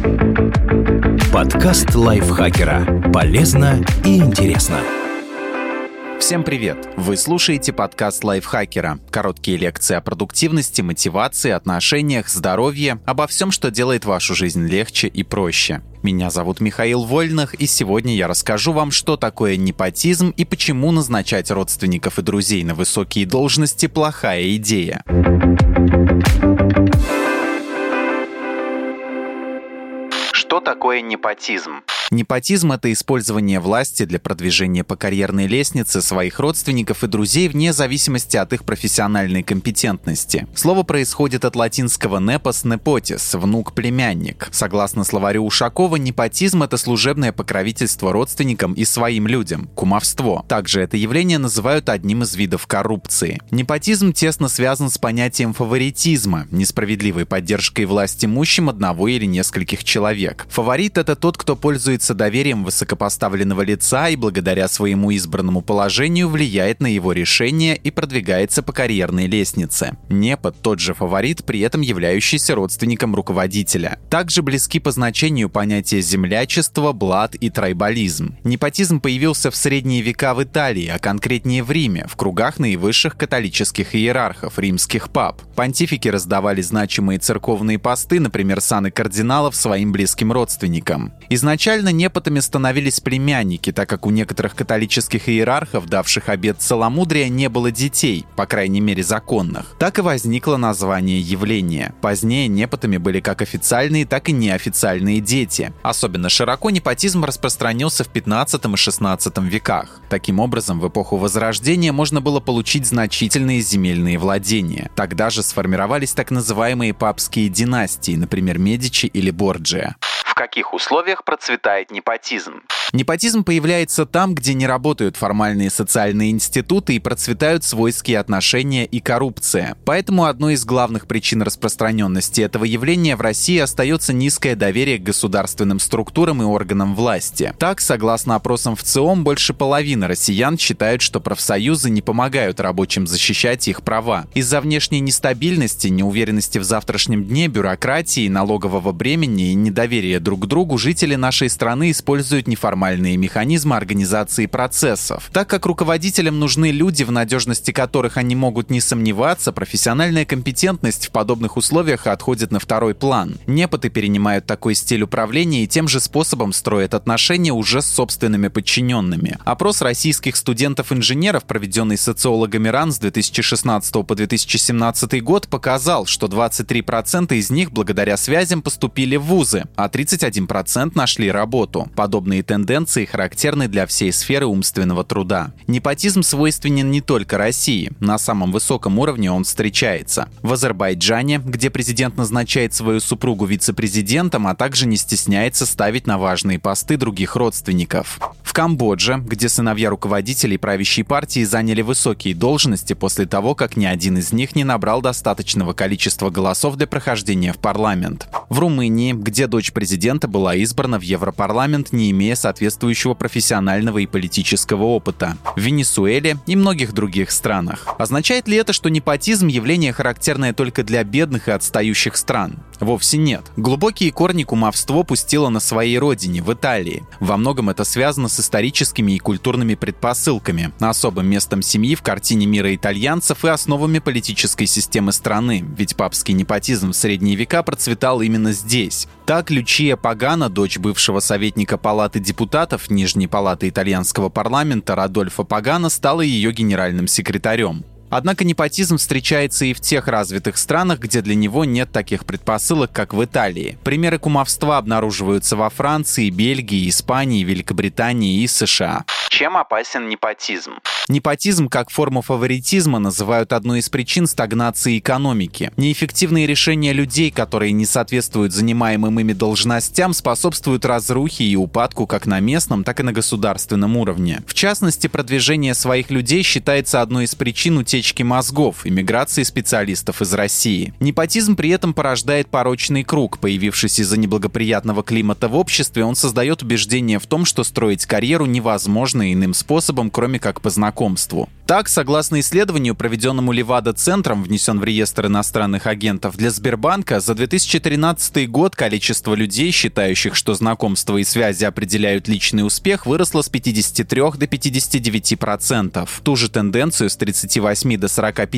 Подкаст лайфхакера. Полезно и интересно. Всем привет! Вы слушаете подкаст лайфхакера. Короткие лекции о продуктивности, мотивации, отношениях, здоровье, обо всем, что делает вашу жизнь легче и проще. Меня зовут Михаил Вольных, и сегодня я расскажу вам, что такое непотизм и почему назначать родственников и друзей на высокие должности – плохая идея. Что такое непотизм? Непотизм – это использование власти для продвижения по карьерной лестнице своих родственников и друзей вне зависимости от их профессиональной компетентности. Слово происходит от латинского «nepos nepotis» – «внук-племянник». Согласно словарю Ушакова, непотизм – это служебное покровительство родственникам и своим людям – кумовство. Также это явление называют одним из видов коррупции. Непотизм тесно связан с понятием фаворитизма – несправедливой поддержкой власть имущим одного или нескольких человек. Фаворит – это тот, кто пользуется доверием высокопоставленного лица и благодаря своему избранному положению влияет на его решения и продвигается по карьерной лестнице. Непот – тот же фаворит, при этом являющийся родственником руководителя. Также близки по значению понятия землячества, блат и трайбализм. Непотизм появился в средние века в Италии, а конкретнее в Риме, в кругах наивысших католических иерархов, римских пап. Понтифики раздавали значимые церковные посты, например, саны кардиналов, своим близким родственникам. Изначально непотами становились племянники, так как у некоторых католических иерархов, давших обет целомудрия, не было детей, по крайней мере законных. Так и возникло название явления. Позднее непотами были как официальные, так и неофициальные дети. Особенно широко непотизм распространился в 15 и 16 веках. Таким образом, в эпоху Возрождения можно было получить значительные земельные владения. Тогда же сформировались так называемые папские династии, например, Медичи или Борджиа. В каких условиях процветает непотизм? Непотизм появляется там, где не работают формальные социальные институты и процветают свойские отношения и коррупция. Поэтому одной из главных причин распространенности этого явления в России остается низкое доверие к государственным структурам и органам власти. Так, согласно опросам ВЦИОМ, больше половины россиян считают, что профсоюзы не помогают рабочим защищать их права. Из-за внешней нестабильности, неуверенности в завтрашнем дне, бюрократии, налогового бремени и недоверия друг к другу жители нашей страны используют неформальные механизмы организации процессов. Так как руководителям нужны люди, в надежности которых они могут не сомневаться, профессиональная компетентность в подобных условиях отходит на второй план. Непоты перенимают такой стиль управления и тем же способом строят отношения уже с собственными подчиненными. Опрос российских студентов-инженеров, проведенный социологами РАН с 2016 по 2017 год, показал, что 23% из них благодаря связям поступили в вузы, а 31% нашли работу. Подобные тенденции характерны для всей сферы умственного труда. Непотизм свойственен не только России. На самом высоком уровне он встречается в Азербайджане, где президент назначает свою супругу вице-президентом, а также не стесняется ставить на важные посты других родственников. В Камбодже, где сыновья руководителей правящей партии заняли высокие должности после того, как ни один из них не набрал достаточного количества голосов для прохождения в парламент. В Румынии, где дочь президента была избрана в Европарламент, не имея соответствующего профессионального и политического опыта. В Венесуэле и многих других странах. Означает ли это, что непотизм – явление, характерное только для бедных и отстающих стран? Вовсе нет. Глубокие корни кумовство пустило на своей родине, в Италии. Во многом это связано с историческими и культурными предпосылками, особым местом семьи в картине мира итальянцев и основами политической системы страны, ведь папский непотизм в средние века процветал именно здесь. Так, Лючия Пагано, дочь бывшего советника Палаты депутатов Нижней палаты итальянского парламента Родольфо Пагано, стала ее генеральным секретарем. Однако непотизм встречается и в тех развитых странах, где для него нет таких предпосылок, как в Италии. Примеры кумовства обнаруживаются во Франции, Бельгии, Испании, Великобритании и США. Чем опасен непотизм? Непотизм как форму фаворитизма называют одной из причин стагнации экономики. Неэффективные решения людей, которые не соответствуют занимаемым ими должностям, способствуют разрухе и упадку как на местном, так и на государственном уровне. В частности, продвижение своих людей считается одной из причин утечки мозгов, эмиграции специалистов из России. Непотизм при этом порождает порочный круг. Появившись из-за неблагоприятного климата в обществе, он создает убеждение в том, что строить карьеру невозможно иным способом, кроме как по знакомству. Так, согласно исследованию, проведенному Левада-центром, внесен в реестр иностранных агентов для Сбербанка, за 2013 год количество людей, считающих, что знакомства и связи определяют личный успех, выросло с 53 до 59%. Ту же тенденцию с 38 до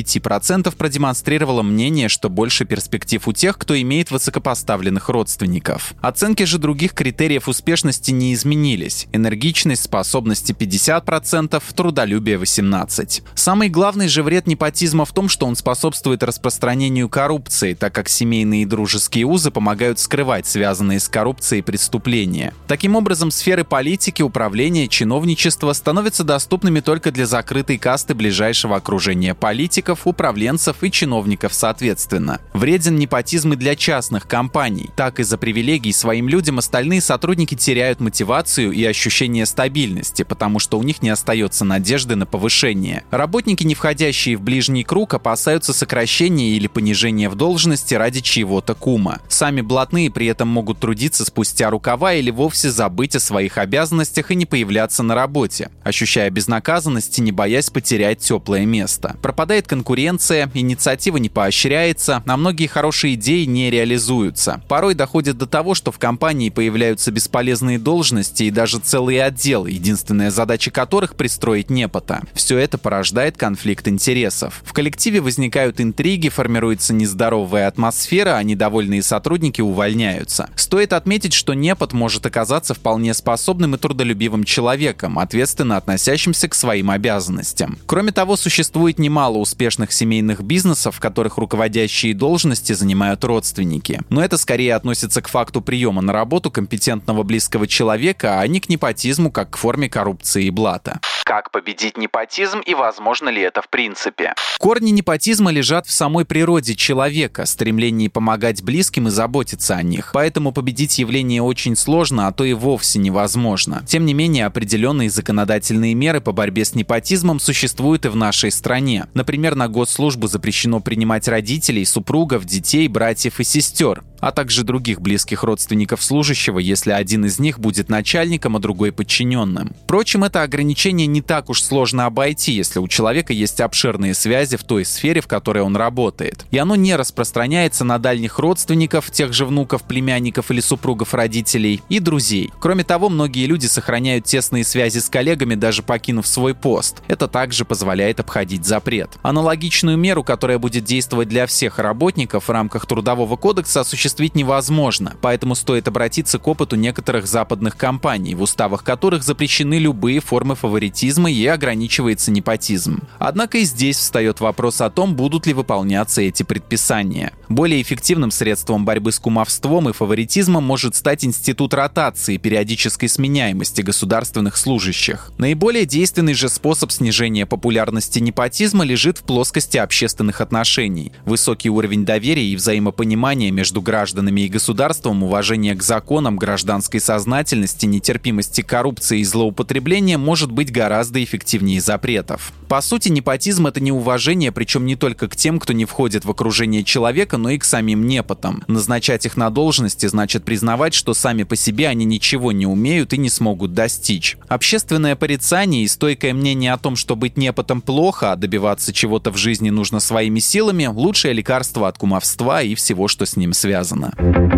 45% продемонстрировало мнение, что больше перспектив у тех, кто имеет высокопоставленных родственников. Оценки же других критериев успешности не изменились. Энергичность, способности 50%, трудолюбие 18%. Самый главный же вред непотизма в том, что он способствует распространению коррупции, так как семейные и дружеские узы помогают скрывать связанные с коррупцией преступления. Таким образом, сферы политики, управления, чиновничества становятся доступными только для закрытой касты ближайшего окружения политиков, управленцев и чиновников соответственно. Вреден непотизм и для частных компаний. Так, из-за привилегий своим людям остальные сотрудники теряют мотивацию и ощущение стабильности, потому что у них не остается надежды на повышение. Работники, не входящие в ближний круг, опасаются сокращения или понижения в должности ради чьего-то кума. Сами блатные при этом могут трудиться спустя рукава или вовсе забыть о своих обязанностях и не появляться на работе, ощущая безнаказанность и не боясь потерять теплое место. Пропадает конкуренция, инициатива не поощряется, а многие хорошие идеи не реализуются. Порой доходит до того, что в компании появляются бесполезные должности и даже целые отделы, единственная задача которых — пристроить непота. Все это порождает конфликт интересов. В коллективе возникают интриги, формируется нездоровая атмосфера, а недовольные сотрудники увольняются. Стоит отметить, что непот может оказаться вполне способным и трудолюбивым человеком, ответственно относящимся к своим обязанностям. Кроме того, существует немало успешных семейных бизнесов, в которых руководящие должности занимают родственники. Но это скорее относится к факту приема на работу компетентного близкого человека, а не к непотизму как к форме коррупции и блата. Как победить непотизм и возможно ли это в принципе? Корни непотизма лежат в самой природе человека, стремлении помогать близким и заботиться о них. Поэтому победить явление очень сложно, а то и вовсе невозможно. Тем не менее, определенные законодательные меры по борьбе с непотизмом существуют и в нашей стране. Например, на госслужбу запрещено принимать родителей, супругов, детей, братьев и сестер, а также других близких родственников служащего, если один из них будет начальником, а другой подчиненным. Впрочем, это ограничение не так уж сложно обойти, если у человека есть обширные связи в той сфере, в которой он работает. И оно не распространяется на дальних родственников, тех же внуков, племянников или супругов родителей и друзей. Кроме того, многие люди сохраняют тесные связи с коллегами, даже покинув свой пост. Это также позволяет обходить запрет. Аналогичную меру, которая будет действовать для всех работников в рамках Трудового кодекса, осуществить невозможно, поэтому стоит обратиться к опыту некоторых западных компаний, в уставах которых запрещены любые формы фаворитизма и ограничивается непотизм. Однако и здесь встает вопрос о том, будут ли выполняться эти предписания. Более эффективным средством борьбы с кумовством и фаворитизмом может стать институт ротации, периодической сменяемости государственных служащих. Наиболее действенный же способ снижения популярности непотизма лежит в плоскости общественных отношений. Высокий уровень доверия и взаимопонимания между гражданами и государством, уважение к законам, гражданской сознательности, нетерпимости к коррупции и злоупотребления может быть гораздо эффективнее запретов. По сути, непотизм — это неуважение, причем не только к тем, кто не входит в окружение человека, но и к самим непотам. Назначать их на должности значит признавать, что сами по себе они ничего не умеют и не смогут достичь. Общественное порицание и стойкое мнение о том, что быть непотом плохо, а добиваться чего-то в жизни нужно своими силами — лучшее лекарство от кумовства и всего, что с ним связано.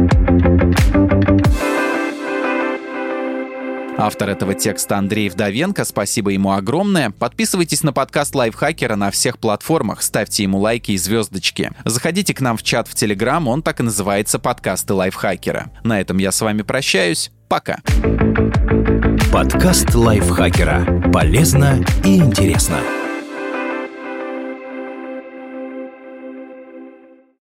Автор этого текста Андрей Вдовенко, спасибо ему огромное. Подписывайтесь на подкаст Лайфхакера на всех платформах, ставьте ему лайки и звездочки. Заходите к нам в чат в Телеграм, он так и называется «Подкасты Лайфхакера». На этом я с вами прощаюсь. Пока. Подкаст Лайфхакера. Полезно и интересно.